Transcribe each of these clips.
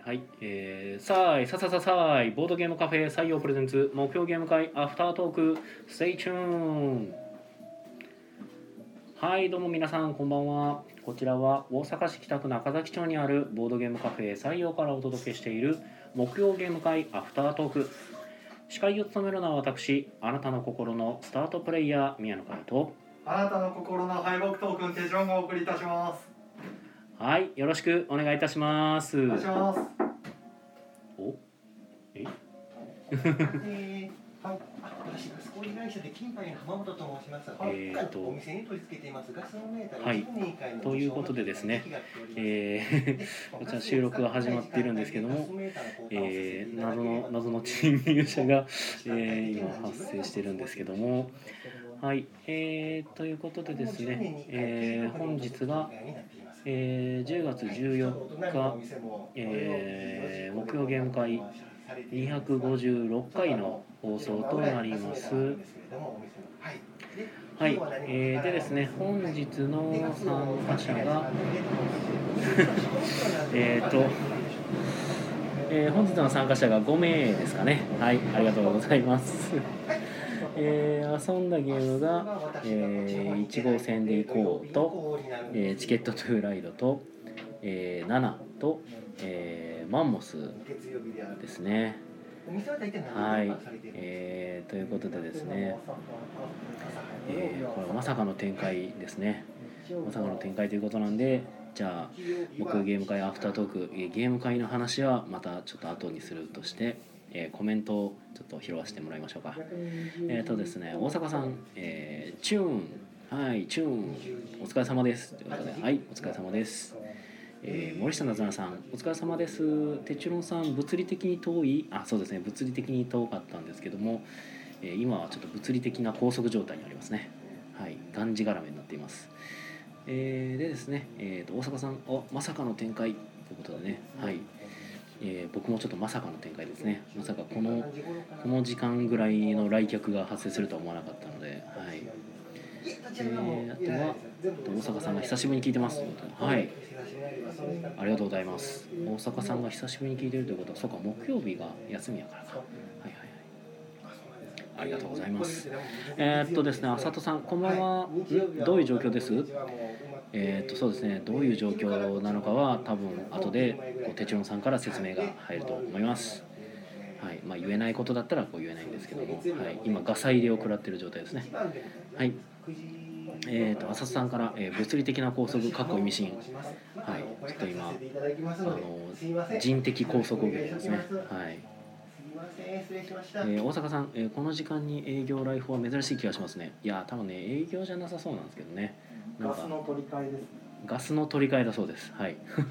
はい、さいボードゲームカフェ採用プレゼンツ目標ゲーム会アフタートークステイチューン。はいどうも皆さんこんばんは。こちらは大阪市北区中崎町にあるボードゲームカフェ採用からお届けしている目標ゲーム会アフタートーク。司会を務めるのは私、あなたの心のスタートプレイヤー宮野海と、 あなたの心の敗北トークン手順をお送りいたします。 はい、よろしくお願いいたします。 お願いします。 おえはい、私ガス工事会社で金杯の浜本と申します。お店に取り付けていますガスのメーターが10年以下のということでですね、こちら収録が始まっているんですけども、謎の侵入者が、今発生しているんですけども、はい、ということでですね、本日が、10月14日、木曜ゲーム会256回の放送となります。はい、でですね、本日の参加者が本日の参加者が5名ですかね。はい、ありがとうございます。遊んだゲームが、1号線で行こうと、チケットトゥーライドと、7と、マンモスですね。はい、ということでですね、これまさかの展開ですね。まさかの展開ということなんで、じゃあ僕ゲーム会アフタートーク、ゲーム会の話はまたちょっと後にするとして、コメントをちょっと拾わせてもらいましょうか。ですね、大阪さん、チューン、はい、チューン、お疲れ様ですということで、はい、お疲れ様です。森下なずなさん、お疲れ様です。てちろんさん、物理的に遠い、そうですね、物理的に遠かったんですけども、今はちょっと物理的な拘束状態にありますね。はい、がんじがらめになっています。でですね、大阪さん、まさかの展開ということでね、はい、僕もちょっとまさかの展開ですね。まさかこの時間ぐらいの来客が発生するとは思わなかったので、はい。あとは大阪さんが久しぶりに聞いてますということで、はい、ありがとうございます。大阪さんが久しぶりに聞いてるということは、そうか、木曜日が休みやからか。はいはいはい、ありがとうございます。ですね、あさとさん、こんばんは。どういう状況です？そうですね、どういう状況なのかは多分後でてちろんさんから説明が入ると思います。はい、言えないことだったら言えないんですけども、はい、今ガサ入れを食らっている状態ですね。はい。あさとさんから、物理的な拘束、かっこ意味深。はい、ちょっと今人的拘束を受けてますね。はい。大阪さん、この時間に営業ライフは珍しい気がしますね。いや多分ね、営業じゃなさそうなんですけどね。 ガスの取り替えですね。 ガスの取り替えだそうです。はい。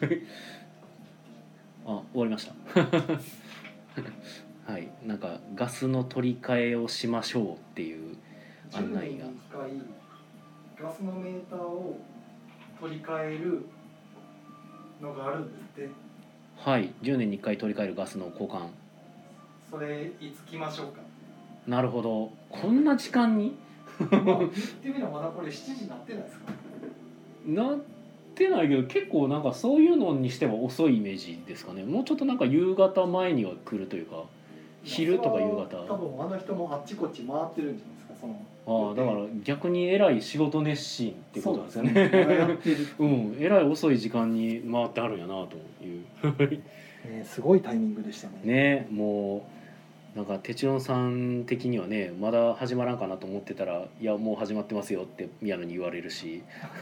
終わりました。はい、なんかガスの取り替えをしましょうっていう案内が。 ガスのメーターを取り替えるのがあるんですって。 はい、10年に1回取り替えるガスの交換。 それいつ来ましょうか。 なるほど、こんな時間に言ってみればまだこれ7時になってないですか。 なってないけど、結構なんかそういうのにしては遅いイメージですかね。もうちょっとなんか夕方前には来るというか、昼とか夕方。 多分あの人もあっちこっち回ってるんじゃないですか。 だから逆にえらい仕事熱心ってことなんですよね。えらい遅い時間に回ってあるんやなというすごいタイミングでしたね。 ね、もうなんかてちろんさん的にはね、まだ始まらんかなと思ってたら、いやもう始まってますよって宮野に言われるし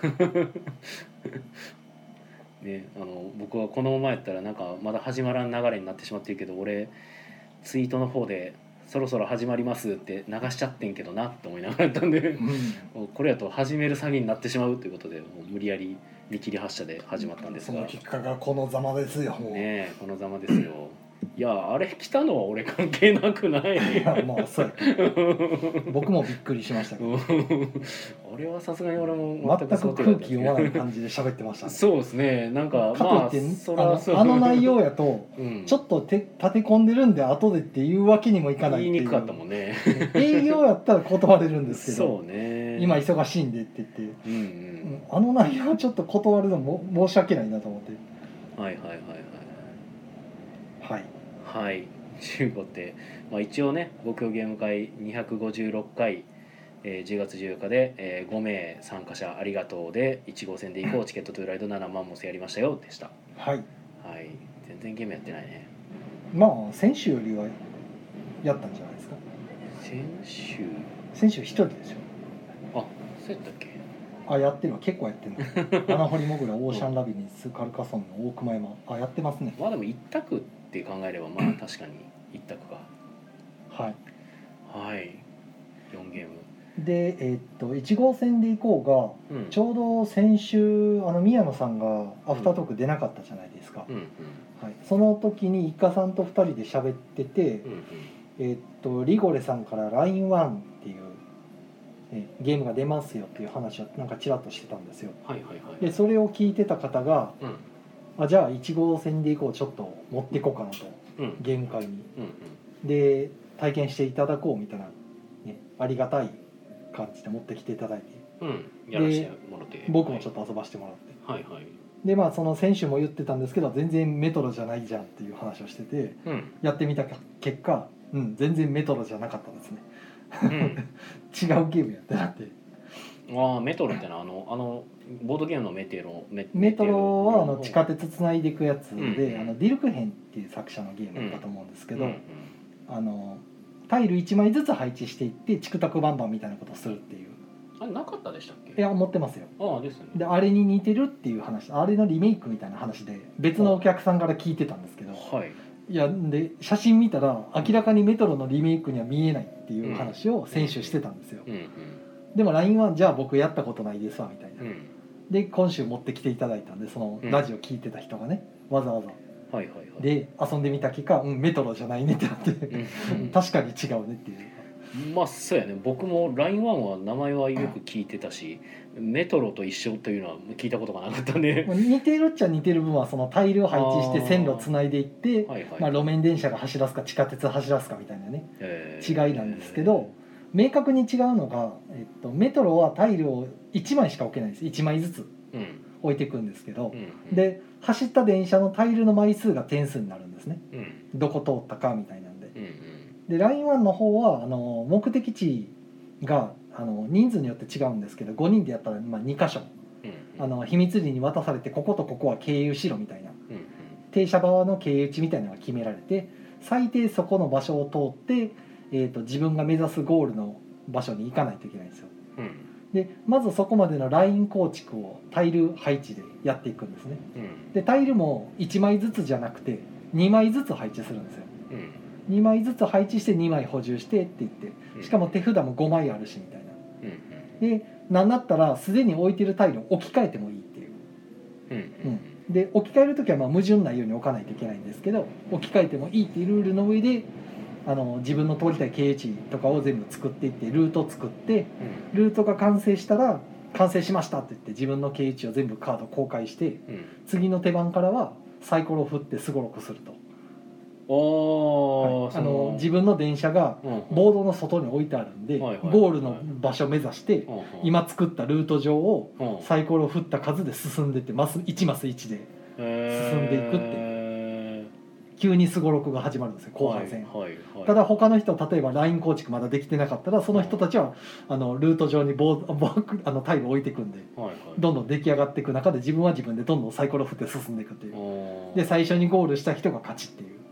ね、僕はこのままやったらなんかまだ始まらん流れになってしまってるけど、俺ツイートの方でそろそろ始まりますって流しちゃってんけどなって思いながらやったんで、これやと始める詐欺になってしまうということで、もう無理やり見切り発車で始まったんですが、 その結果がこのざまですよ。もうね、このざまですよ。いやあれ来たのは俺関係なくない。 いやまあそう僕もびっくりしましたけどあれはさすがに俺も全く空気読まない感じで喋ってましたね。 そうですね、なんかかといって、あの内容やと、ちょっと立て込んでるんで後でっていうわけにもいかないっていう。 言いにくかったもんね。 営業やったら断れるんですけど、 そうね、 今忙しいんでって言って、あの内容はちょっと断るのも申し訳ないなと思って。 はいはいはいはい。 はいはい中古って、まあ、一応ね5強ゲーム会256回、10月14日で、5名参加者ありがとうで1号線で行こうチケットトゥーライド7マンモスやりましたよでした。 はい。 はい全然ゲームやってないね。 まあ先週よりはやったんじゃないですか。先週一人でしょ。 あそうやったっけ。 あやってるわ結構やってるの穴掘りモグラオーシャンラビリンスカルカソンの大熊山あやってますね。 まあでも一択って考えればまあ確かに一択か。 はいはい4ゲームで1号線で行こうが、 うんちょうど先週宮野さんがアフタートーク出なかったじゃないですか、 うんうんはい、その時に一家さんと2人で喋ってて、リゴレさんからラインワンっていうゲームが出ますよっていう話をなんかちらっとしてたんですよ。 はいはいはいでそれを聞いてた方がうんじゃあ1号線で行こうちょっと持っていこうかなとうんゲーム会にうんで体験していただこうみたいな、ね、ありがたい感じで持ってきていただいてうんやらせてもらって僕もちょっと遊ばしてもらってはいはいでまあその先週も言ってたんですけど全然メトロじゃないじゃんっていう話をしててうんやってみた結果、全然メトロじゃなかったですねうん違うゲームやってなってああメトロってのはあのボードゲームのメトロは地下鉄つないでいくやつで、 うんディルクヘンっていう作者のゲームだったと思うんですけど、 うんタイル1枚ずつ配置していってチクタクバンバンみたいなことをするっていうあれなかったでしたっけ。 いや持ってますよ。 ああですね。 であれに似てるっていう話あれのリメイクみたいな話で別のお客さんから聞いてたんですけど、 はいいやで写真見たら明らかにメトロのリメイクには見えないっていう話を先週してたんですよ、 うんでも LINE はじゃあ僕やったことないですわみたいな、 うんで今週持ってきていただいたんでそのラジオ聞いてた人がね、わざわざはいはいはいで遊んでみた結果、メトロじゃないねってなって、 うん確かに違うねっていうまあそうやね僕も LINE1 は名前はよく聞いてたしメトロと一緒というのは聞いたことがなかったね似てるっちゃ似てる分はそのタイルを配置して線路つないでいってはいはい、 まあ、路面電車が走らすか地下鉄走らすかみたいなね違いなんですけど、明確に違うのが、メトロはタイルを1枚しか置けないです1枚ずつうん置いていくんですけど、 うんで走った電車のタイルの枚数が点数になるんですねうんどこ通ったかみたいなんで、 うんで LINE1 の方は目的地が人数によって違うんですけど5人でやったらまあ2箇所うん秘密裏に渡されてこことここは経由しろみたいなうん停車場の経由地みたいなのが決められて最低そこの場所を通って、自分が目指すゴールの場所に行かないといけないんですよ。 うんでまずそこまでのライン構築をタイル配置でやっていくんですね。 うんでタイルも1枚ずつじゃなくて2枚ずつ配置するんですよ。 うん 2枚ずつ配置して2枚補充してって言ってしかも手札も5枚あるしみたいな。 うんでなんだったらすでに置いてるタイルを置き換えてもいいっていう。 うんで置き換える時はまあ矛盾ないように置かないといけないんですけど置き換えてもいいっていうルールの上で自分の通りたい経由地とかを全部作っていってルートを作ってルートが完成したら完成しましたって言って自分の経由地を全部カード公開してうん次の手番からはサイコロを振ってすごろくすると、 おー自分の電車がボードの外に置いてあるんで、 はいはいゴールの場所を目指して今作ったルート上をサイコロを振った数で進んでって1マス1で進んでいくって急にすごろくが始まるんですよ後半戦、ただ他の人例えばライン構築まだできてなかったらその人たちはルート上にタイルを置いていくんでどんどん出来上がっていく中で自分は自分でどんどんサイコロ振って進んでいくっていうで最初にゴールした人が勝ちっていう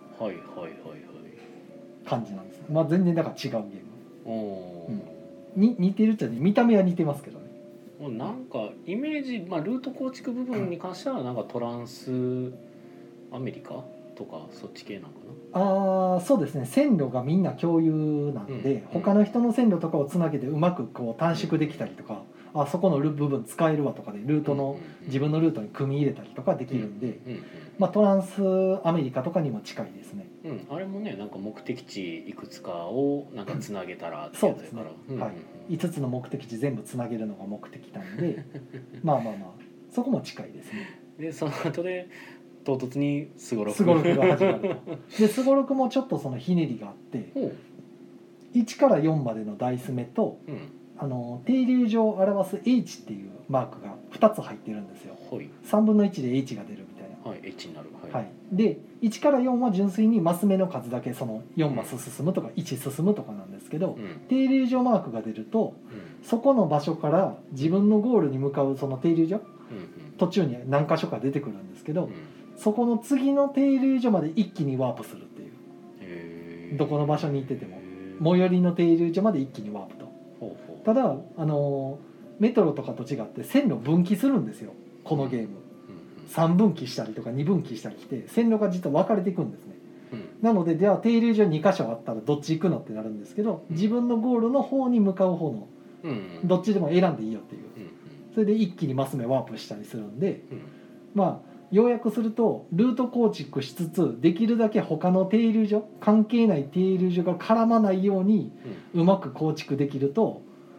感じなんです、まあ、全然だから違うゲームに似てるっちゃね見た目は似てますけどねなんかイメージ、ルート構築部分に関してはなんかトランスアメリカとかそっち系なのかそうですね線路がみんな共有なんで、他の人の線路とかをつなげてうまくこう短縮できたりとかそこの部分使えるわとかでルートの自分のルートに組み入れたりとかできるんで、トランスアメリカとかにも近いですね。 あれもねなんか目的地いくつかをなんかつなげたらってやつだから、 5つの目的地全部つなげるのが目的なんでまあそこも近いですね。 でその後で唐突にすごろくが始まるとですごろくもちょっとそのひねりがあって1から4までのダイス目と、定流上を表す H っていうマークが2つ入ってるんですよ。3分の1で H が出るみたいなはい、H になる。 はい、で1から4は純粋にマス目の数だけその4マス進むとか1進むとかなんですけど、停留所マークが出ると、そこの場所から自分のゴールに向かうその停留所、途中に何箇所か出てくるんですけど、そこの次の停留所まで一気にワープするっていう、どこの場所に行ってても最寄りの停留所まで一気にワープと。ただメトロとかと違って線路分岐するんですよこのゲーム。3分岐したりとか2分岐したりして線路が実は分かれていくんですね。なのでじゃあ停留所2箇所あったらどっち行くのってなるんですけど、自分のゴールの方に向かう方のどっちでも選んでいいよっていう、それで一気にマス目ワープしたりするんで、まあ要約するとルート構築しつつできるだけ他の停留所関係ない停留所が絡まないようにうまく構築できると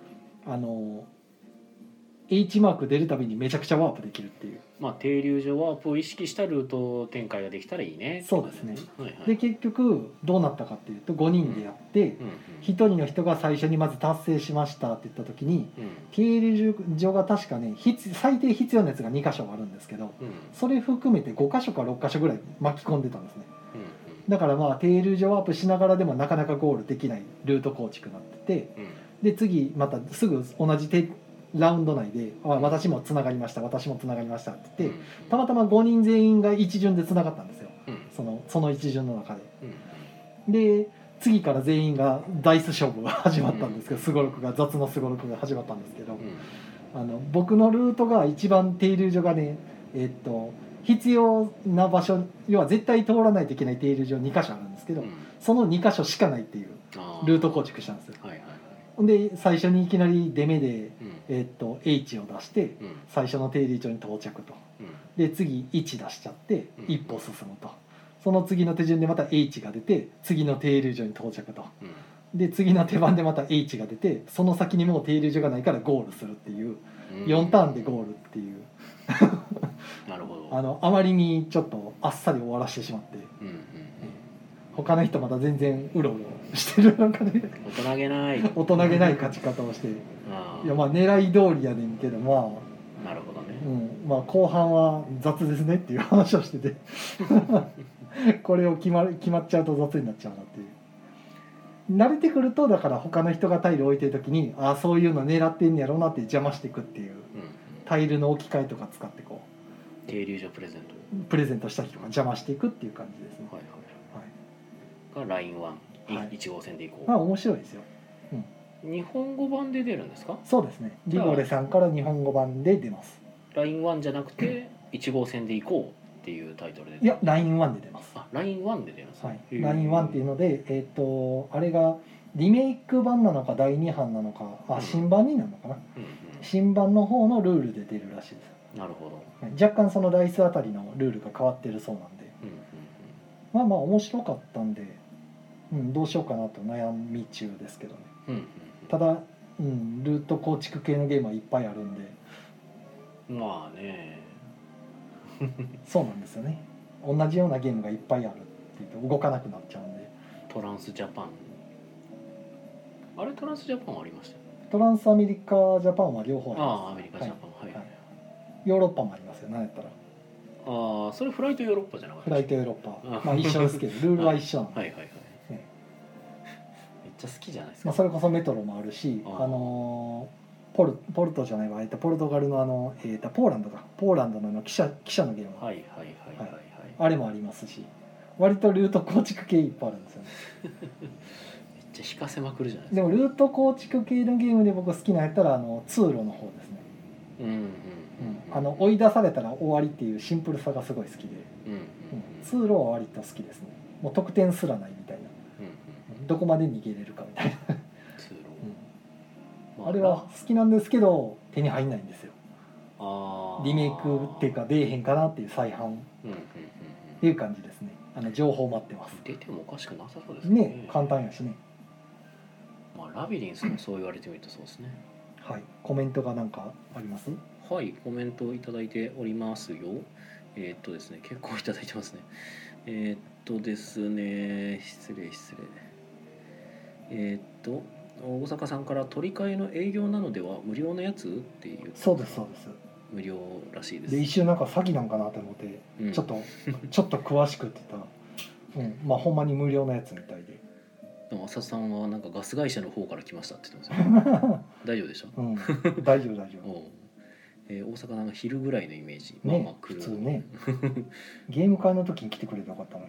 H マーク出るたびにめちゃくちゃワープできるっていう。 まあ停留所ワープを意識したルート展開ができたらいいね。 そうですね、はいはい、で結局どうなったかっていうと5人でやって、1人の人が最初にまず達成しましたって言った時に、停留所が確かね最低必要なやつが2箇所あるんですけど、それ含めて5箇所か6箇所ぐらい巻き込んでたんですね。だからまあ停留所ワープしながらでもなかなかゴールできないルート構築になってて、で次またすぐ同じラウンド内で私もつながりました私もつながりましたって言ってたまたま5人全員が一巡でつながったんですよ、その一巡の中で。で次から全員がダイス勝負が始まったんですけど、すごろくが雑のすごろくが始まったんですけど、僕のルートが一番停留所がね必要な場所、要は絶対通らないといけない停留所2箇所あるんですけど、その2箇所しかないっていうルート構築したんですよ。で最初にいきなり出目で、H を出して最初の停留所に到着と、で次1出しちゃって一歩進むと、その次の手順でまた H が出て次の停留所に到着と、で次の手番でまた H が出てその先にもう停留所がないからゴールするっていう4ターンでゴールっていうなるほど。 あまりにちょっとあっさり終わらせてしまって、他の人まだ全然うろうろしてる中で大人げない勝ち方をして、いやまあ狙い通りやねんけど、まあなるほどね、 まあ後半は雑ですねっていう話をしててこれを決まっちゃうと雑になっちゃうなっていう。慣れてくるとだから他の人がタイル置いてる時にそういうの狙ってんやろうなって邪魔していくっていう、タイルの置き換えとか使ってこう停留所プレゼントした人が邪魔していくっていう感じですね。 がライン1、1号線でいこう。 面白いですよ、 日本語版で出るんですか？ そうですね、リゴレさんから日本語版で出ます。 ライン1じゃなくて1号線でいこうっていうタイトルで。 いやライン1で出ます。 ライン1で出ます、 ライン1っていうのであれがリメイク版なのか第2版なのか新版になるのかな、新版の方のルールで出るらしいです。 なるほど。 若干そのダイスあたりのルールが変わってるそうなんで、まあ面白かったんで、どうしようかなと悩み中ですけどね、ただ、ルート構築系のゲームはいっぱいあるんで、 まあねそうなんですよね、同じようなゲームがいっぱいあるっていうと動かなくなっちゃうんで。 トランスジャパン、あれトランスジャパンはありましたよね。 トランスアメリカジャパンは両方あります。 アメリカジャパン、 ヨーロッパもありますよ、なんやったら。 それフライトヨーロッパじゃなかった。 フライトヨーロッパ、一緒ですけどルールは一緒なんで、 めっちゃ好きじゃないですか。 それこそメトロもあるし、ポルトじゃないわ、ポルトガルのポーランドの記者のゲーム、あれもありますし、割とルート構築系いっぱいあるんですよねめっちゃ引かせまくるじゃないですか。 でもルート構築系のゲームで僕好きなやったら通路の方ですね。追い出されたら終わりっていうシンプルさがすごい好きで、通路は割と好きですね。もう得点すらないみたいな、どこまで逃げれるかみたいな通路、あれは好きなんですけど手に入んないんですよ。リメイクっていうか出えへんかなっていう再販っていう感じですね。情報待ってます。 出てもおかしくなさそうですね。 簡単やしね。 ラビリンスもそう言われてみるとそうですね。 コメントが何かあります？ コメントをいただいておりますよ。ですね、結構いただいてますね。ですね、失礼。大阪さんから取り替えの営業なのでは無料のやつっていう。 そうです。 無料らしいです。 で一瞬なんか詐欺なんかなと思って、 うんちょっと詳しくって言ったら、まあほんまに無料のやつみたいで。 でも浅田さんはなんかガス会社の方から来ましたって言ってますよ。大丈夫でしょ。 大丈夫大丈夫。 大阪なんか昼ぐらいのイメージ。 ね、 まあ来る普通ね。ゲーム会の時に来てくればよかったのに。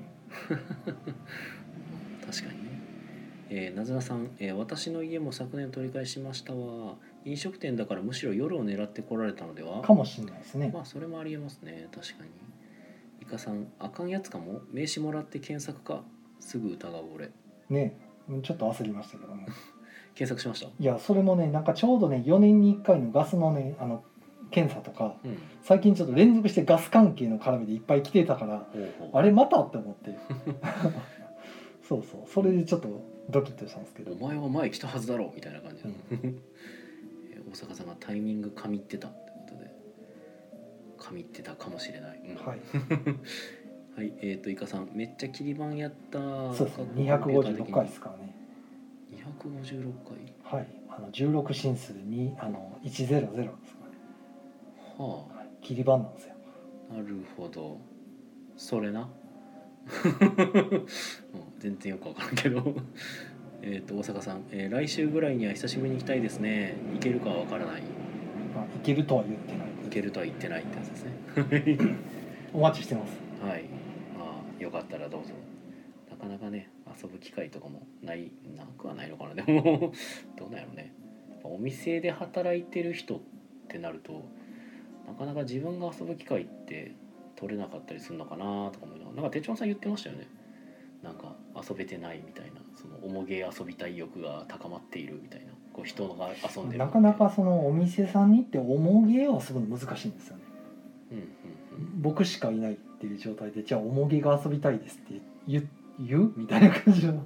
確かにね。なずなさん、私の家も昨年取り返しましたわ。飲食店だからむしろ夜を狙って来られたのでは。 かもしれないですね。 まあそれもありえますね。確かに。イカさん、あかんやつかも。名刺もらって検索か。すぐ疑う俺。 ね、ちょっと焦りましたけども。 検索しました。 いや、それもね、なんかちょうどね、4年に1回のガスのね、検査とか、最近ちょっと連続してガス関係の絡みでいっぱい来てたから、あれまたって思ってそうそう、それでちょっとドキッとしたんですけど、 お前は前来たはずだろうみたいな感じで、大阪さんがタイミングかみってたってことで、かみってたかもしれない、はいはい、イカさんめっちゃ切り板やった。 そうですね、256回ですからね。 256回、 はい、16進数に100ですかね。はあ、切り板なんですよ。 なるほど、それな全然よく分からんけど大阪さん、来週ぐらいには久しぶりに行きたいですね。行けるかは分からない。 行けるとは言ってない。 行けるとは言ってないってやつですねお待ちしてます。 はい、まあよかったらどうぞ。なかなかね遊ぶ機会とかもなくはないのかな。でもどうなんやろうね。お店で働いてる人ってなるとなかなか自分が遊ぶ機会って取れなかったりするのかなとか思いながら、なんか手帳さん言ってましたよね。なんか遊べてないみたいな、その重げ遊びたい欲が高まっているみたいな、こう人が遊んでる。 なかなかそのお店さんに行って重げを遊ぶの難しいんですよね。僕しかいないっていう状態で、じゃあ重げが遊びたいですって言うみたいな感じの。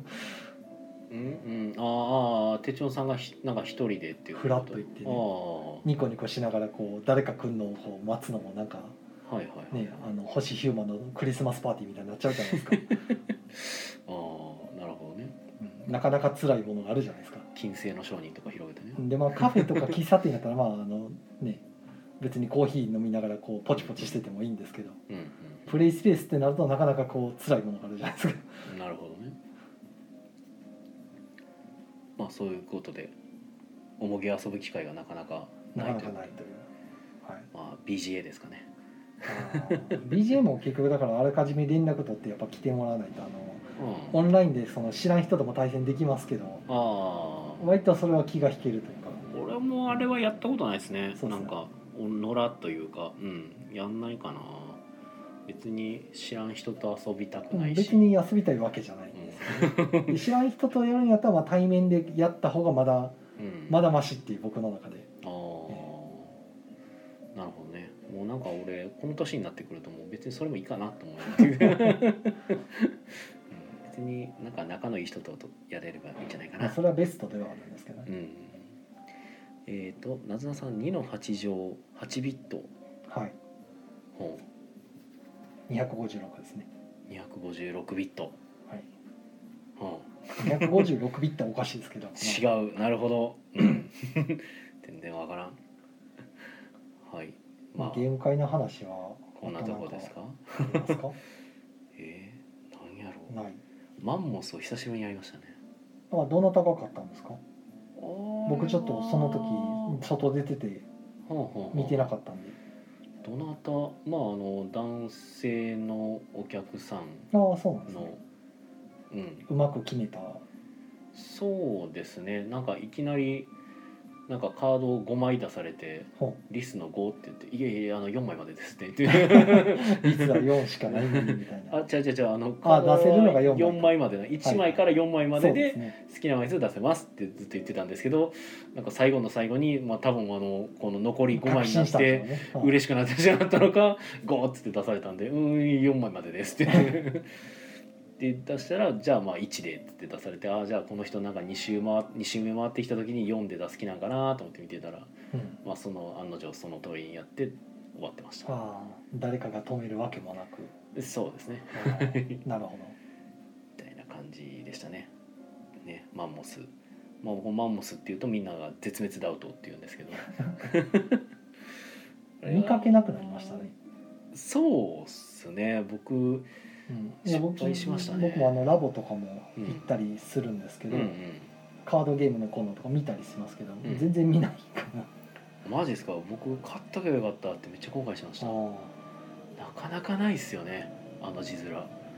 手帳さんがなんか一人でっていうフラッと言ってね、ニコニコしながらこう誰か来るのをこう待つのもなんか、ね、星ヒューマンのクリスマスパーティーみたいになっちゃうじゃないですかなるほどね、 なかなか辛いものがあるじゃないですか。 金星の商人とか広げてね。 でまあカフェとか喫茶店やったらまあね、別にコーヒー飲みながらこうポチポチしててもいいんですけど、プレイスペースってなるとなかなかこう辛いものがあるじゃないですかなるほどね。まあそういうことで重げ遊ぶ機会がなかなかないという、はい、まあ BGA ですかね。 BGA も結局だからあらかじめ連絡取ってやっぱ来てもらわないとオンラインでその知らん人とも対戦できますけど、割とそれは気が引けるというか。 俺もあれはやったことないですね。なんか野良というか、やんないかな。別に知らん人と遊びたくないし、 別に遊びたいわけじゃないんですよね、で知らん人とやるんやったらまあ対面でやった方がまだマシっていう僕の中で。 なるほどね。もうなんか俺この年になってくるともう別にそれもいいかなと思うっていう別になんか仲のいい人とやれればいいんじゃないかな。 それはベストではあるんですけどね。 なずなさん2の8乗8ビット、 はい、256ですね。 256ビット、 はい、256ビットはおかしいですけど違う、なるほど全然わからん。はい、 まあ、ゲーム会の話はこんなとこですか。 ありますかなんやろう。ない。マンモスを久しぶりにやりましたね。 どなたが買ったんですか。僕ちょっとその時外出てて見てなかったんで。 どなた、まあ男性のお客さんそうなんですね。うまく決めた。 そうですね。なんかいきなりなんかカードを5枚出されてリスの5って言って「いえいえ4枚までです」って言ってリスは4しかないみたいな。 違うカードは4枚までの1枚から4枚までで好きな枚数出せますってずっと言ってたんですけど、なんか最後の最後に多分この残り5枚になって嬉しくなってしまったのか5っつって出されたんで4枚までですって言ってで出したらじゃあまあ1でって出されて、じゃあこの人なんか2周目回ってきた時に4で出す気なんかなと思って見てたら、まあその案の定その通りにやって終わってました。 誰かが止めるわけもなく。 そうですねなるほどみたいな感じでしたね。マンモス、マンモスっていうとみんなが絶滅ダウトって言うんですけど見かけなくなりましたね。 そうっすね。僕失敗しましたね。 僕もラボとかも行ったりするんですけど、カードゲームのコーナーとか見たりしますけど、全然見ないかな。 マジですか。僕買っとけばよかったってめっちゃ後悔しました。なかなかないっすよね、あの字面。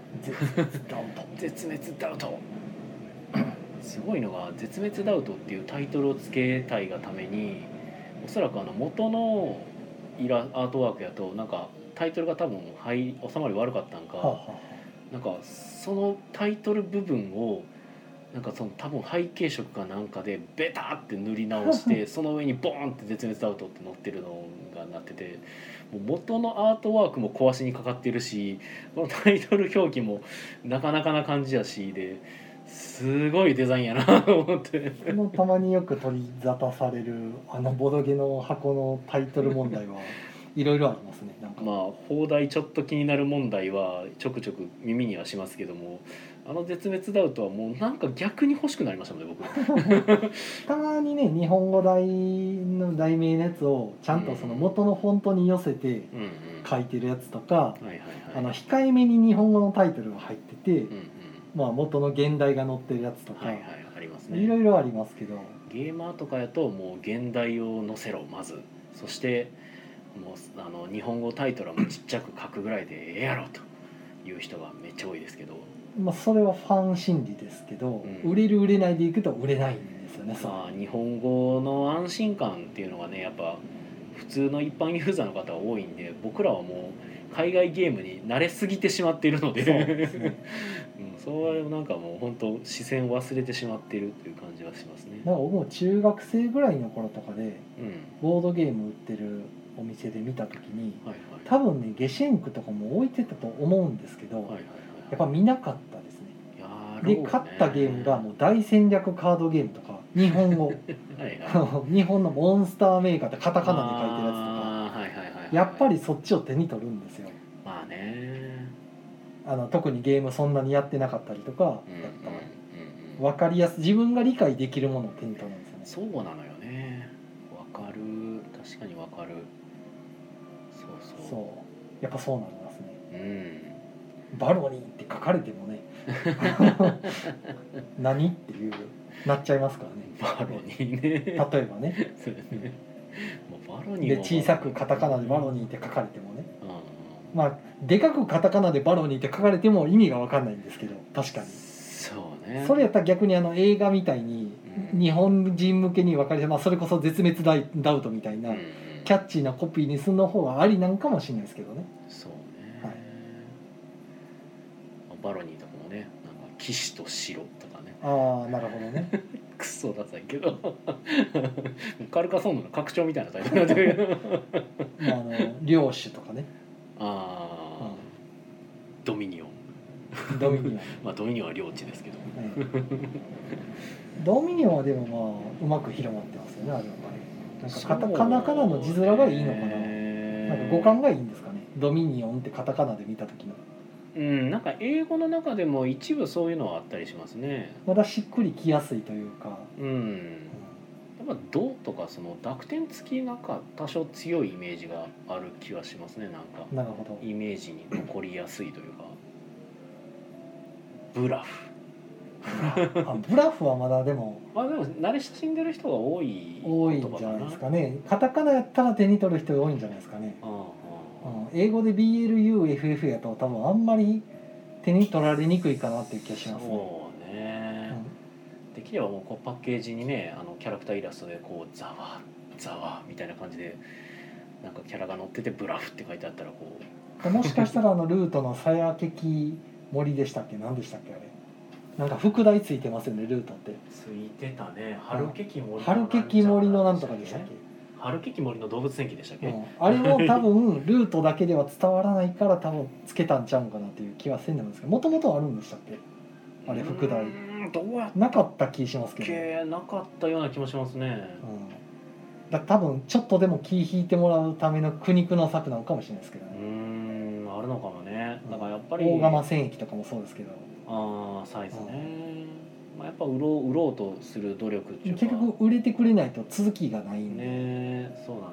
絶滅ダウトすごいのが、絶滅ダウトっていうタイトルをつけたいがために、おそらく元のアートワークやとなんかタイトルが多分収まり悪かったんか、なんかそのタイトル部分をなんかその多分背景色かなんかでベタって塗り直してその上にボーンって絶滅ダウトって載ってるのがなってて、もう元のアートワークも壊しにかかってるし、このタイトル表記もなかなかな感じやしですごいデザインやなと思って。 たまによく取り沙汰されるボドゲの箱のタイトル問題はいろいろありますね。なんかまあ放題ちょっと気になる問題はちょくちょく耳にはしますけども、絶滅ダウトはもうなんか逆に欲しくなりましたもんね、僕。 たまにね、日本語題の題名のやつをちゃんとその元のフォントに寄せて書いてるやつとか、控えめに日本語のタイトルが入ってて、まあ元の現代が載ってるやつとか、 ありますね。 いろいろありますけど、 ゲーマーとかやともう現代を載せろまず、そしてもう日本語タイトルはもうちっちゃく書くぐらいでええやろという人がめっちゃ多いですけど、 まあそれはファン心理ですけど、売れる売れないでいくと売れないんですよね。 まあ日本語の安心感っていうのがね、やっぱ普通の一般ユーザーの方が多いんで、僕らはもう海外ゲームに慣れすぎてしまっているので、そうですね。それをなんかもう本当視線を忘れてしまっているっていう感じはしますね。 なんか僕も中学生ぐらいの頃とかで、ボードゲーム売ってるお店で見た時に、多分ねゲシェンクとかも置いてたと思うんですけど、やっぱ見なかったですね。で買ったゲームがもう大戦略カードゲームとか日本語日本のモンスターメーカーってカタカナで書いてるやつとか、やっぱりそっちを手に取るんですよ。 まあね、 特にゲームそんなにやってなかったりとか、やっぱ分かりやすい自分が理解できるものを手に取るんですよね。 そうなのよね。分かる、確かに分かる。そうやっぱそうなりますね。バロニーって書かれてもね何っていうなっちゃいますからね。 バロニーね。 例えばね。 バロニーで小さくカタカナでバロニーって書かれてもね。まあでかくカタカナでバロニーって書かれても意味が分かんないんですけど、確かに。 そうね。 それやったら逆に映画みたいに日本人向けに分かりやすい、まあそれこそ絶滅ダウトみたいなキャッチーなコピーにするの方がありなんかもしれないですけどね。 そうね。バロニーとかもね、なんか騎士と城とかね。 ああ、なるほどね。 クソダサいけどカルカソンヌの拡張みたいなタイトルになってる領主とかね。 ドミニオンまあドミニオンは領地ですけど、 ドミニオンはでもまあうまく広まってますよね、あれはね。なんかカタカナの字面がいいのかな。なんか語感がいいんですかね。ドミニオンってカタカナで見た時の。 なんか英語の中でも一部そういうのはあったりしますね。 まだしっくりきやすいというか。 やっぱドとかその濁点付きなんか多少強いイメージがある気はしますね。なんかなるほど。 イメージに残りやすいというか。ブラフブラフはまだでもでも慣れ親しんでる人が多いんじゃないですかね。カタカナやったら手に取る人多いんじゃないですかね。英語で BLUFF やと多分あんまり手に取られにくいかなっていう気がしますね。 そうね、できればもうこうパッケージにね、キャラクターイラストでこうザワザワみたいな感じでなんかキャラが乗っててブラフって書いてあったらこうもしかしたらルートのサヤケキ森でしたっけ、何でしたっけ、あれなんか副題ついてますよね、ルートって。 ついてたね。春ケキ森のなんとかでしたっけ。 春ケキ森の動物戦記でしたっけ、 あれも多分ルートだけでは伝わらないから多分つけたんちゃうんかなっていう気はせんでもですけど、もともとあるんでしたっけ、あれ副題。 どうやなかった気しますけど。 なかったような気もしますね。 だ多分ちょっとでも気引いてもらうための苦肉の策なのかもしれないですけどね。 あるのかもね。だからやっぱり大釜戦役とかもそうですけど。 サイズね。やっぱ売ろうとする努力っていうか。 結局売れてくれないと続きがないんで。 そうだね。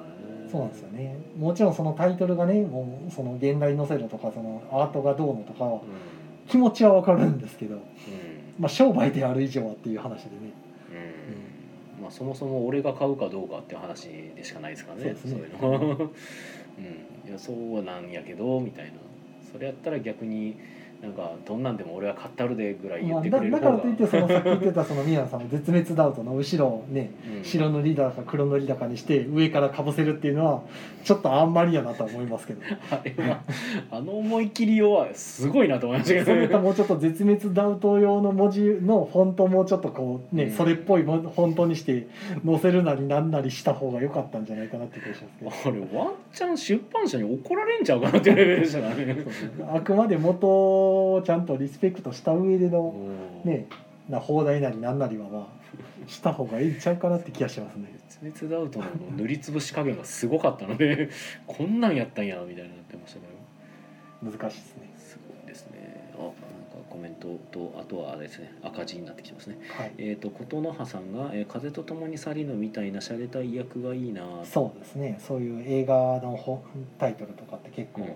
そうなんですよね。もちろんそのタイトルがね、もうその現代に載せろとかそのアートがどうのとかは気持ちはわかるんですけど、まあ商売である以上はっていう話でね。 まあそもそも俺が買うかどうかっていう話でしかないですからね。そういうの。いやそうなんやけどみたいな。それやったら逆に。なんかどんなんでも俺は買ったるでぐらい言ってくれる方が、 だからといってそのさっき言ってたその宮野さんの絶滅ダウトの後ろをね、白塗りだか黒塗りだかにして上からかぶせるっていうのはちょっとあんまりやなと思いますけどあれはあの思い切りはすごいなと思いましたけど、 それともうちょっと絶滅ダウト用の文字のフォントもちょっとこうね、それっぽいフォントにして載せるなりなんなりした方が良かったんじゃないかなって気がしますけど、 あれワンチャン出版社に怒られんちゃうかなっていうレベルでしたからね。 あくまで元をちゃんとリスペクトした上でのね放題なりなんなりはまあした方がいいんちゃうかなって気がしますね。 絶滅ダウトの塗りつぶし加減がすごかったのでこんなんやったんやみたいになってましたけど、難しいですね。 すごいですね。なんかコメントとあとはあれですね、赤字になってきてますね。 はい、 琴ノ葉さんが、風と共に去りぬみたいな洒落た役がいいな。 そうですね、そういう映画のタイトルとかって結構、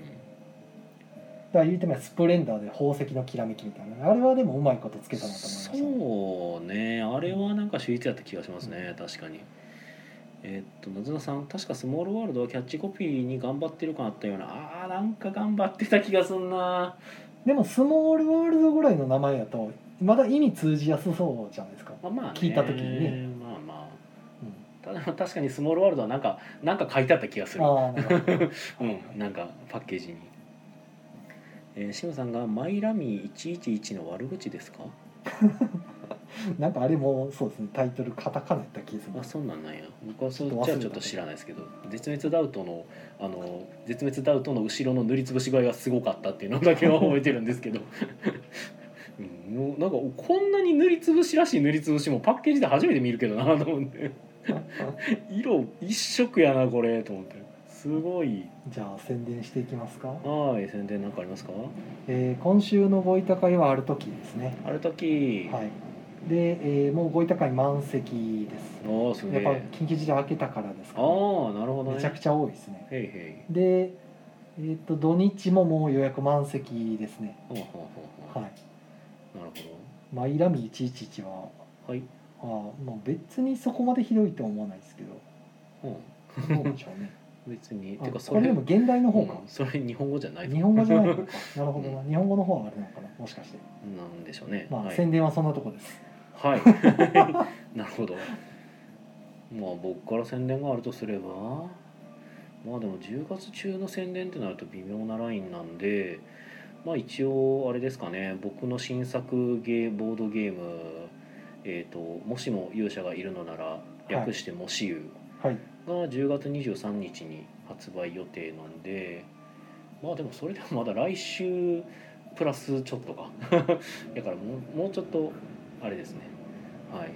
だから言うてみればスプレンダーで宝石のきらめきみたいな、あれはでもうまいことつけたなと思いましたね。 そうね、あれはなんか秀逸やった気がしますね、確かに。なずなさん、確かスモールワールドはキャッチコピーに頑張ってる感あったような、なんか頑張ってた気がすんな。 でもスモールワールドぐらいの名前やとまだ意味通じやすそうじゃないですか、聞いた時にね。 ただ確かにスモールワールドはなんか書いてあった気がする。なんかパッケージに。シムさんがマイラミ111の悪口ですか？ なんかあれもそうですね、タイトルカタカナやった気がする。 そうなんや。僕はそっちはちょっと知らないですけど、絶滅ダウトの絶滅ダウトの後ろの塗りつぶし具合がすごかったっていうのだけは覚えてるんですけどもうなんかこんなに塗りつぶしらしい塗りつぶしもパッケージで初めて見るけどなと思って色一色やなこれと思って、すごい。 じゃあ宣伝していきますか。 はい、宣伝なんかありますか？ 今週のご委託会はある時ですね。 ある時、 はい。で、もうご委託会満席です。 すげえ。 やっぱ緊急事態明けたからですか、 ね。なるほどね。 めちゃくちゃ多いですね。 へいへい。 で、土日ももう予約満席ですね。はい。 なるほど。 マイラミ111は、 はい。 まあ別にそこまでひどいとは思わないですけど。どうでしょうね。 別に。てかこれでも現代の方か。 それ日本語じゃない。 日本語じゃないのか。なるほどな。日本語の方はあるのかな。もしかして。 なんでしょうね。 宣伝はそんなとこです。 はい。なるほど。まあ僕から宣伝があるとすれば、まあでも10月中の宣伝ってなると微妙なラインなんで、まあ一応あれですかね。僕の新作ボードゲーム、もしも勇者がいるのなら略してもしゆが10月23日に発売予定なんで、まあでもそれでもまだ来週プラスちょっとかだからもうちょっとあれですね。はい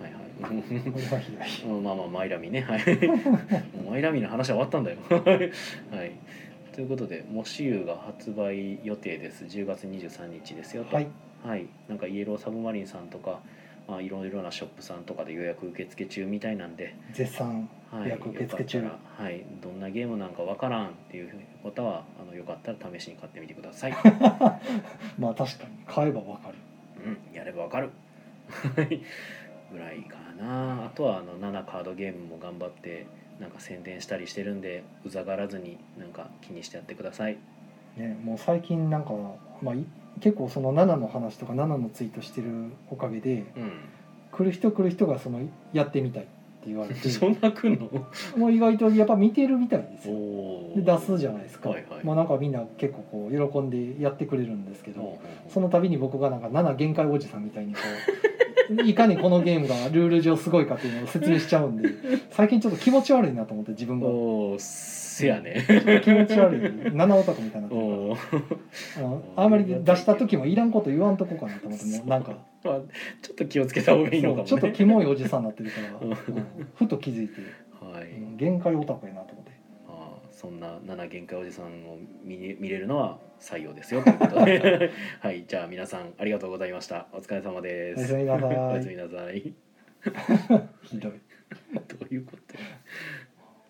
まあマイラミね。はいマイラミの話は終わったんだよはい。ということでもしゆが発売予定です。10月23日ですよと。はい、なんかイエローサブマリンさんとか、まあ、いろいろなショップさんとかで予約受付中みたいなんで、 絶賛予約受付中、 はい、どんなゲームなんかわからんっていう方はよかったら試しに買ってみてくださいまあ確かに買えばわかる、 やればわかるぐらいかな。あとは7カードゲームも頑張ってなんか宣伝したりしてるんで、うざがらずになんか気にしてやってくださいね。もう最近なんか、まあ、結構その7の話とか7のツイートしてるおかげで、来る人がそのやってみたいって言われてそんな来んのもう意外とやっぱ見てるみたいですよ。で出すじゃないですか、まあなんかみんな結構こう喜んでやってくれるんですけど、その度に僕がなんか7限界おじさんみたいにこういかにこのゲームがルール上すごいかっていうのを説明しちゃうんで最近ちょっと気持ち悪いなと思って、自分がせやね気持ち悪い7オタクみたいになってるからあんまり出した時もいらんこと言わんとこかなと思って、もうなんかちょっと気をつけた方がいいのかもね。 ちょっとキモいおじさんになってるからふと気づいて、限界オタクやなと思って、 そんな7限界おじさんを見れるのは採用ですよということではい、じゃあ皆さんありがとうございました。お疲れ様です。 おやすみなさい。 おやすみなさいひどいどういうこと？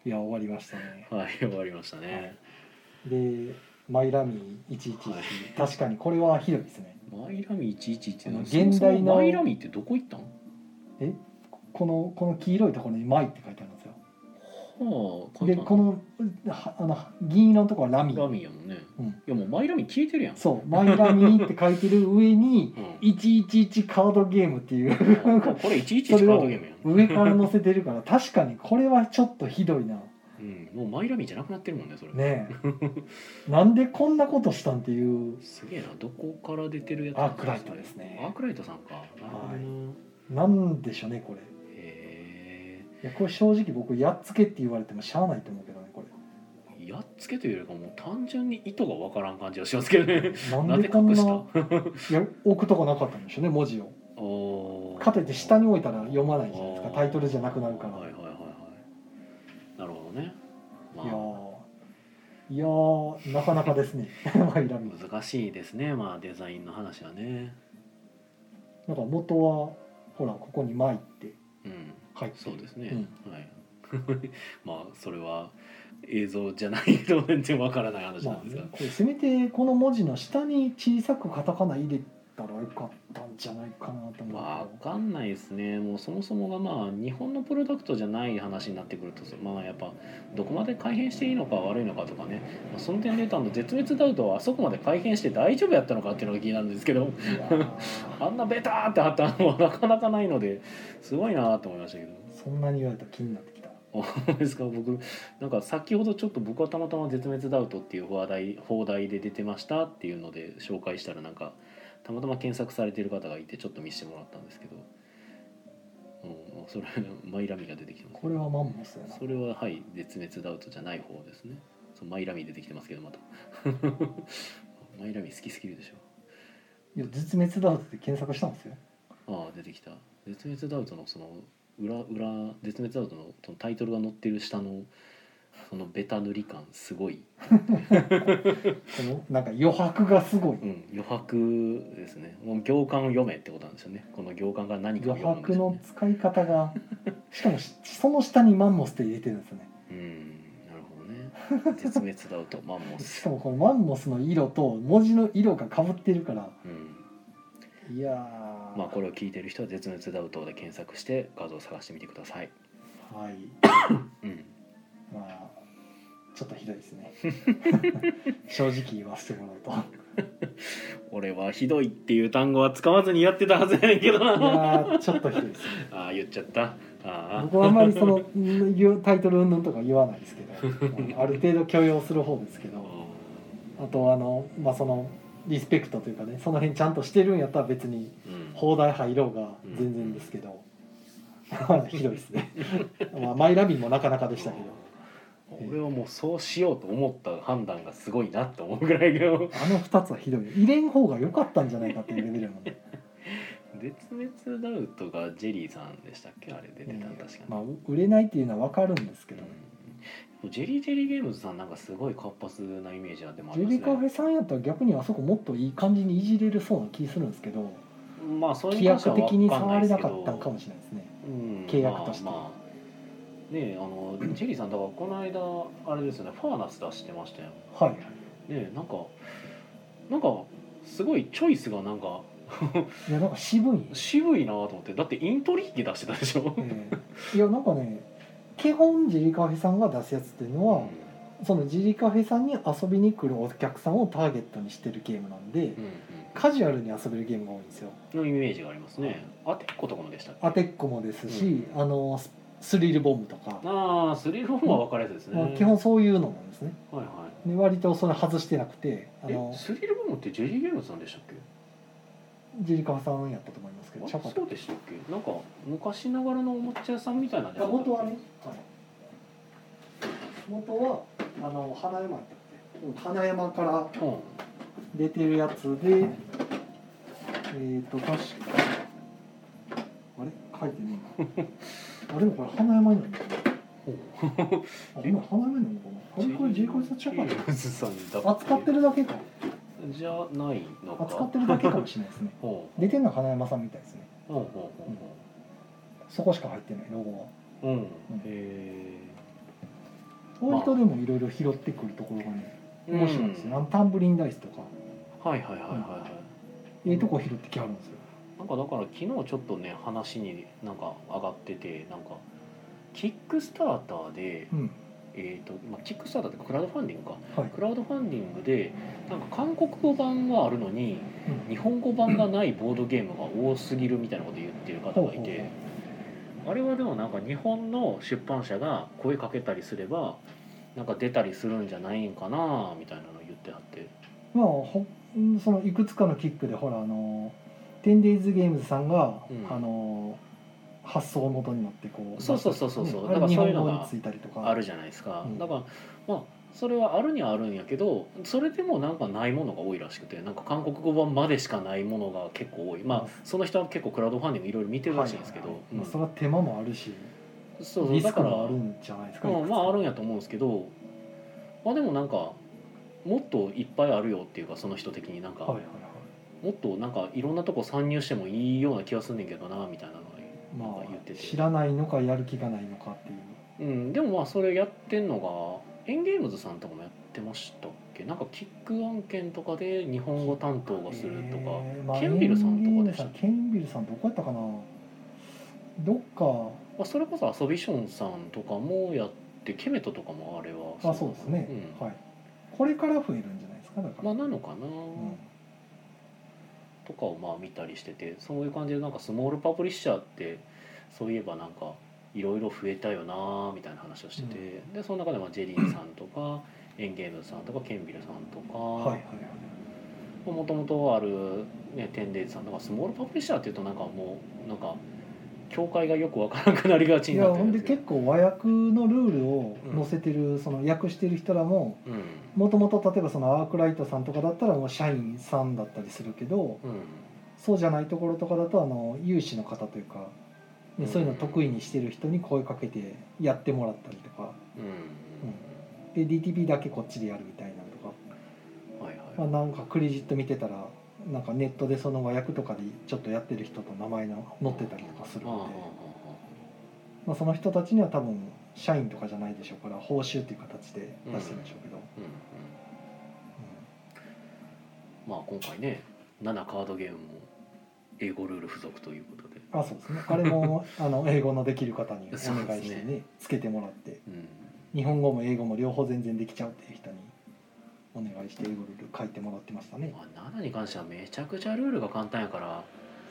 いや終わりましたね。 はい終わりましたね。 でマイラミ111、 はい確かにこれはひどいですね。 マイラミ111って現代のマイラミってどこ行ったん？ この黄色いところにマイって書いてあるんですよ。 はあ、 でこの銀色のところはラミ。 ラミやもんね。 うん、 いやもうマイラミ消えてるやん。 そうマイラミって書いてる上にうん、 111カードゲームっていうこれ111カードゲームやん。 上から載せてるから確かにこれはちょっとひどいな。 うん、もうマイラミじゃなくなってるもんねそれ。 ねえなんでこんなことしたんっていう。 すげえな、どこから出てるやつアークライトですね。 アークライトさんか。なるほどな。 なんでしょうねこれ。 へいやこれ正直僕やっつけって言われてもしゃあないと思うけどねこれ。 え。やっつけというよりかもう単純に意図がわからん感じがしますけどね。 なんでこんな隠したいや置くとこなかったんでしょうね文字を。 おーかといって下に置いたら読まないじゃないですかタイトルじゃなくなるから。 はいはいはいはい。なるほどね。まいやあーいやーなかなかですねマイラミ。 難しいですね。まあデザインの話はね。 なんか元はほらここにマイってうん。 入ってる。 そうですね。 うんはい。まあそれは映像じゃないと全然わからない話まあなんですが。 ね、これせめてこの文字の下に小さくカタカナ入れたらよかったんじゃないかなと思う。 わかんないですね。もうそもそもがまあ日本のプロダクトじゃない話になってくると、まあやっぱどこまで改変していいのか悪いのかとかね、まあ、その点で言うと絶滅ダウトはあそこまで改変して大丈夫やったのかっていうのが気になるんですけど、 いやーあんなベターって貼ったのはなかなかないのですごいなと思いましたけど。 そんなに言われたら気になってきた。 ですか。僕なんか先ほどちょっと僕はたまたま絶滅ダウトっていう放題で出てましたっていうので紹介したらなんかたまたま検索されている方がいてちょっと見せてもらったんですけど、それマイラミが出てきてます。 これはマンモスやな。 それははい絶滅ダウトじゃない方ですね。そうマイラミ出てきてますけどまたマイラミ好きすぎるでしょ。 いや絶滅ダウトで検索したんですよ。 ああ出てきた。絶滅ダウトのその裏絶滅ダウトのそのタイトルが載ってる下のそのベタ塗り感すごい。 このなんか余白がすごい。 余白ですね。もう行間を読めってことなんですよね。この行間が何かを余読むんですよね。 白の使い方がしかもその下にマンモスって入れてるんですよね。 なるほどね。絶滅ダウトマンモしス。 かもこのマンモスの色と文字の色が被ってるからいやーまあこれを聞いてる人は絶滅ダウトで検索して画像を探してみてください。 はいうん。 まあちょっとひどいですね正直言わせてもらう俺はひどいっていう単語は使わずにやってたはずやねんけどといな。 やーちょっとひどいですねああ言っちゃった。ああ。 僕はあんまりそのタイトル云々とか言わないですけどある程度許容する方ですけどあとまあそのリスペクトというかねその辺ちゃんとしてるんやったら別にうん。 放題入ろうが全然ですけど、ひどいですねまあマイラミンもなかなかでしたけど俺はもうそうしようと思った判断がすごいなって思うぐらいのあの2つはひどい入れん方が良かったんじゃないかっていうレベルなので、 絶滅ダウトがジェリーさんでしたっけあれ出てたの確かに、 まあ売れないっていうのは分かるんですけどね、 ジェリーゲームズさんなんかすごい活発なイメージあってもあジりますね。 ェリカフェさんやったら逆にあそこもっといい感じにいじれるそうな気するんですけどまあそれ規約的に触れなかったんかもしれないですね契約としてまあねジェリーさんだからこの間あれですよねファーナス出してましたよはいね。なんかすごいチョイスがなんかいやなんか渋い、 渋いなと思って。だってイントリーゲ出してたでしょ、 いやなんかね基本ジェリカフェさんが出すやつっていうのは、そのジェリカフェさんに遊びに来るお客さんをターゲットにしてるゲームなんで、カジュアルに遊べるゲームが多いんですよ。 のイメージがありますね。アテッコとかもでしたっけ？ アテッコもですし、スリルボムとか、 スリルボムは分かるやつですね。 基本そういうのなんですね。 はいはい。 で割とそれ外してなくてスリルボムってジェリーゲームズさんでしたっけ？ ジェリカフェさんやったと思いますけど、 そうでしたっけ？なんか昔ながらのおもちゃ屋さんみたいなんじゃなかったっけ？ 元はね、元は花山やったっけ？花山から出てるやつで、確かあれ書いてねえな。あれもこれ花山になるのかな。あ、今花山になるのかな。これジェリカフェさんちゃうかな。扱ってるだけか。 じゃないのか。 扱ってるだけかもしれないですね。出てるのは花山さんみたいですね。そこしか入ってないロゴは。 割とでもいろいろ拾ってくるところがね面白いんですよ、タンブリンダイスとかはいはいはいはい、 とこ拾ってきはるんですよ。 なんかだから昨日ちょっとね話になんか上がってて、なんかキックスターターで、キックスターターってクラウドファンディングか、クラウドファンディングでなんか韓国語版はあるのに、日本語版がないボードゲームが多すぎるみたいなこと言ってる方がいて、あれはでもなんか日本の出版社が声かけたりすればなんか出たりするんじゃないんかなみたいなの言ってはって、 まあそのいくつかのキックでほら10daysゲームズさんが、発想を元になってこうそうだからそういうのがあるじゃないですか、だからまあそれはあるにはあるんやけど、それでもなんかないものが多いらしくて、なんか韓国語版までしかないものが結構多い。まあその人は結構クラウドファンディングいろいろ見てるらしいんですけど、 それは手間もあるしリスクもあるんじゃないですか。 まああるんやと思うんですけど、まあでもなんかもっといっぱいあるよっていうか、その人的になんか、もっとなんかいろんなとこ参入してもいいような気がすんねんけどなみたいなのが言ってて、 知らないのかやる気がないのかっていう。 でもまあそれやってんのがエンゲームズさんとかもやってましたっけ。なんかキック案件とかで日本語担当がするとか、ケンビルさんとかでした。 ケンビルさんどこやったかな、どっか、 それこそアソビションさんとかもやって、ケメトとかもあれはそうですね、はい、これから増えるんじゃないですか。だからなのかな、とかをまあ見たりしてて、そういう感じでなんかスモールパブリッシャーってそういえばなんかいろいろ増えたよなみたいな話をしてて、でその中でまあジェリーさんとかエンゲームズさんとかケンビルさんとか、もともとあるねテンデイズさんとか、スモールパブリッシャーっていうとなんかもうなんか境界がよくわからなくなりがちになってるんですよ。 いやほんで結構和訳のルールを載せてる、その訳してる人らももともと例えばそのアークライトさんとかだったらもう社員さんだったりするけど、そうじゃないところとかだと有志の方というか、そういうの得意にしてる人に声かけてやってもらったりとか、で DTP だけこっちでやるみたいなとか、なんかクレジット見てたらなんかネットでその和訳とかでちょっとやってる人と名前が載ってたりとかするので、その人たちには多分社員とかじゃないでしょうから報酬っていう形で出してるんでしょうけど、 まあ今回ね7カードゲームも英語ルール付属ということで、 そうですね、あれも英語のできる方にお願いしてねつけてもらって、日本語も英語も両方全然できちゃうっていう人にお願いして英語ルール書いてもらってましたね。 7に関してはめちゃくちゃルールが簡単やから、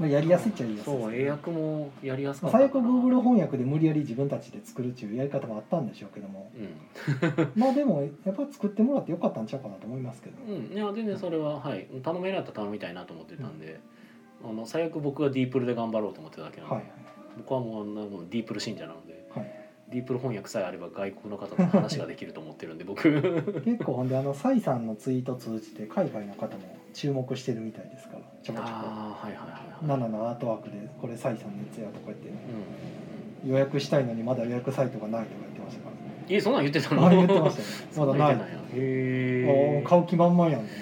やりやすいっちゃやりやすいです、 そう英訳もやりやすかった最悪 Google 翻訳で無理やり自分たちで作るっていうやり方もあったんでしょうけども、まあでもやっぱ作ってもらってよかったんちゃうかなと思いますけど、 いや全然それは、頼めるんだったら頼みたいなと思ってたんで、最悪僕がディープルで頑張ろうと思ってただけなので、僕はもうディープル信者なので、ディープル翻訳さえあれば外国の方と話ができると思ってるんで僕結構ほんでサイさんのツイート通じて海外の方も注目してるみたいですから、ちょこちょこ7のアートワークでこれサイさんのやつやとか言って、予約したいのにまだ予約サイトがないとか言ってましたから、 そんなん言ってたの？ 言ってましたよ、まだない。買う気満々やんと思って、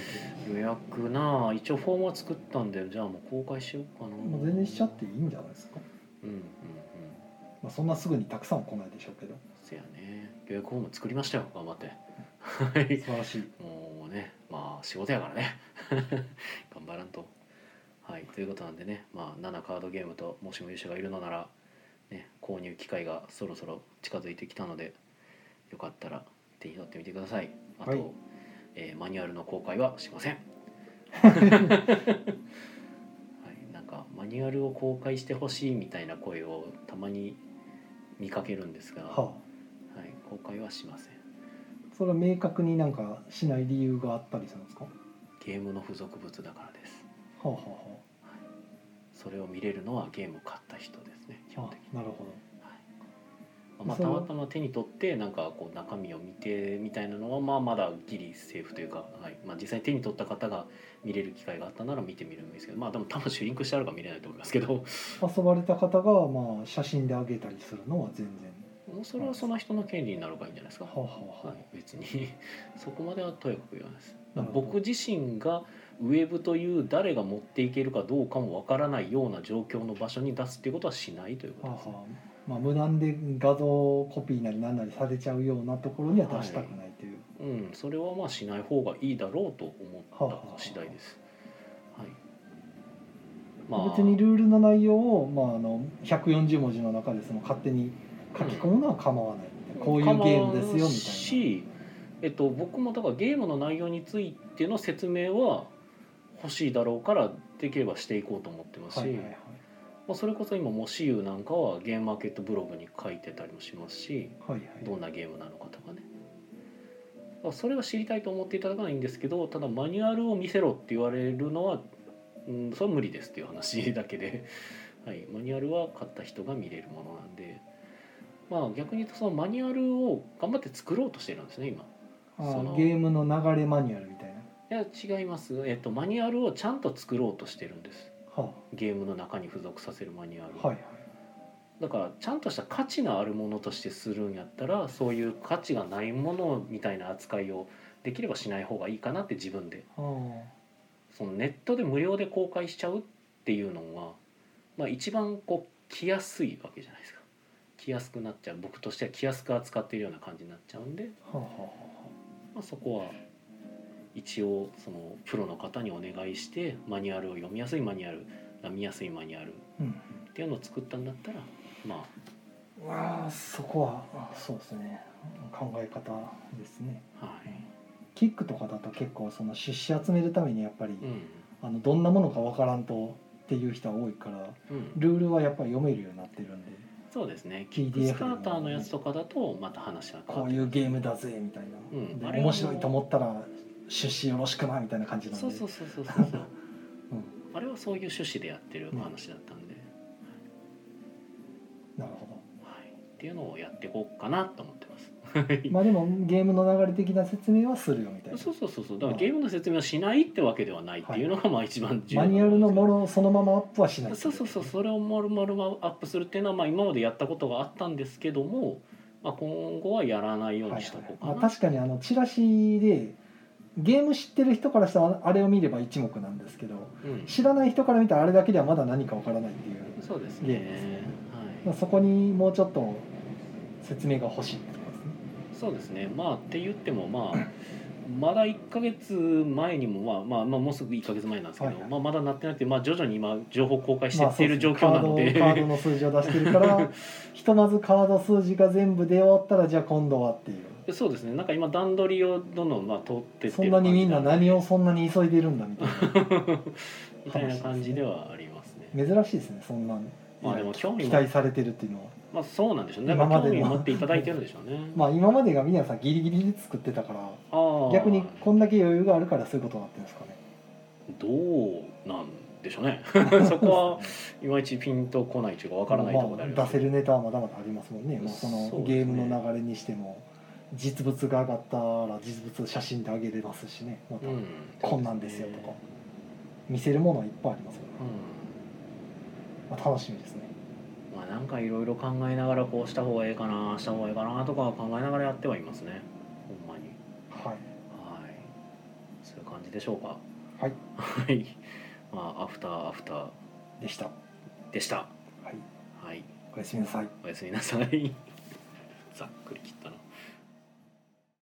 予約な一応フォームは作ったんで、じゃあもう公開しようかな。 もう全然しちゃっていいんじゃないですか。そんなすぐにたくさん来ないでしょうけど。 せやね、予約フォーム作りましたよ、頑張って。 素晴らしい。 もうね、まあ仕事やからね頑張らんと。ということなんでね、7カードゲームともしも勇者がいるのなら、ね、購入機会がそろそろ近づいてきたので、よかったら手に取ってみてください。あと、マニュアルの公開はしませんなんかマニュアルを公開してほしいみたいな声をたまに見かけるんですが、公開はしません。 それは明確になんかしない理由があったりするんですか？ ゲームの付属物だからです。それを見れるのはゲームを買った人ですね、基本的に。 なるほど。 たまたま手に取ってなんかこう中身を見てみたいなのはまだギリセーフというか、実際に手に取った方が見れる機会があったなら見てみるんですけど、でも多分シュリンクしてあるから見れないと思いますけど遊ばれた方が写真で上げたりするのは全然それはその人の権利になるからいいんじゃないですか。別にそこまではとやかく言わないです。僕自身がウェブという誰が持っていけるかどうかもわからないような状況の場所に出すっていうことはしないということですね。 まあ、無断で画像コピーなり何なりされちゃうようなところには出したくないという、 それはまあしない方がいいだろうと思った次第です。はい。 まあ、別にルールの内容を、まあ、140文字の中でその勝手に書き込むのは構わない、こういうゲームですよみたいなし、僕もだからゲームの内容についての説明は欲しいだろうからできればしていこうと思ってますし、まあ、それこそ今もしゆなんかはゲームマーケットブログに書いてたりもしますし、どんなゲームなのかとかね、それは知りたいと思っていただかないんですけど、ただマニュアルを見せろって言われるのは、それは無理ですっていう話だけで、はい、マニュアルは買った人が見れるものなんで、まあ逆に言うとそのマニュアルを頑張って作ろうとしてるんですね今。 ゲームの流れマニュアルみたいな。 いや違います、マニュアルをちゃんと作ろうとしてるんです、ゲームの中に付属させるマニュアル、だからちゃんとした価値のあるものとしてするんやったら、そういう価値がないものみたいな扱いをできればしない方がいいかなって自分で、そのネットで無料で公開しちゃうっていうのは、まあ、一番こう来やすいわけじゃないですか。来やすくなっちゃう、僕としては来やすく扱っているような感じになっちゃうんで、まあ、そこは一応そのプロの方にお願いしてマニュアルを読みやすいマニュアル、見やすいマニュアルっていうのを作ったんだったら、まあそこはそうですね、考え方ですね。 はい。 キックとかだと結構その出資集めるためにやっぱり、どんなものかわからんとっていう人は多いから、ルールはやっぱり読めるようになってるんで。 そうですね。キックスターターのやつとかだとまた話は変わって、こういうゲームだぜみたいな、面白いと思ったら出資よろしくなみたいな感じなんで。そうあれはそういう趣旨でやってる話だったんで、 なるほど、 っていうのをやっていこうかなと思ってます。 まあでもゲームの流れ的な説明はするよみたいな。 そうだからゲームの説明はしないってわけではないっていうのがまあ一番重要、 マニュアルのものそのままアップはしない。 それを丸々アップするっていうのはまあ今までやったことがあったんですけども、まあ、今後はやらないようにしとこうかな。 確かにチラシでゲーム知ってる人からしたらあれを見れば一目なんですけど、知らない人から見たらあれだけではまだ何かわからないっていうゲームですね。そこにもうちょっと説明が欲しいってことですね。 そうですね。まあって言ってもまあまだ1ヶ月前にもまあもうすぐ1ヶ月前なんですけど、まだなってなくて、まあ徐々に今情報公開していっている状況なので、 カードの数字を出してるからひとまずカード数字が全部出終わったらじゃあ今度はっていう。 そうですね。なんか今段取りをどんどん通ってってそんなにみんな何をそんなに急いでるんだみたいなみたいな感じではありますね。 珍しいですね、そんなまあでも期待されてるっていうのは。 まあそうなんでしょうね。興味を持っていただいてるんでしょうね。 まあ今までが皆さんギリギリで作ってたから、逆にこんだけ余裕があるからそういうことになってるんですかね。 どうなんでしょうね。そこはいまいちピンとこないというかわからないところであります。 出せるネタはまだまだありますもんね。そのゲームの流れにしても実物が上がったら実物写真で上げれますしね。またこんなんですよとか見せるものはいっぱいありますから、まあ楽しみですね。 まあなんかいろいろ考えながらこうした方がいいかな、した方がいいかなとか考えながらやってはいますね。ほんまに。はい。そういう感じでしょうか。はい。はい。まあアフターでした。はい。はい。おやすみなさい。おやすみなさい。ざっくり切ったな。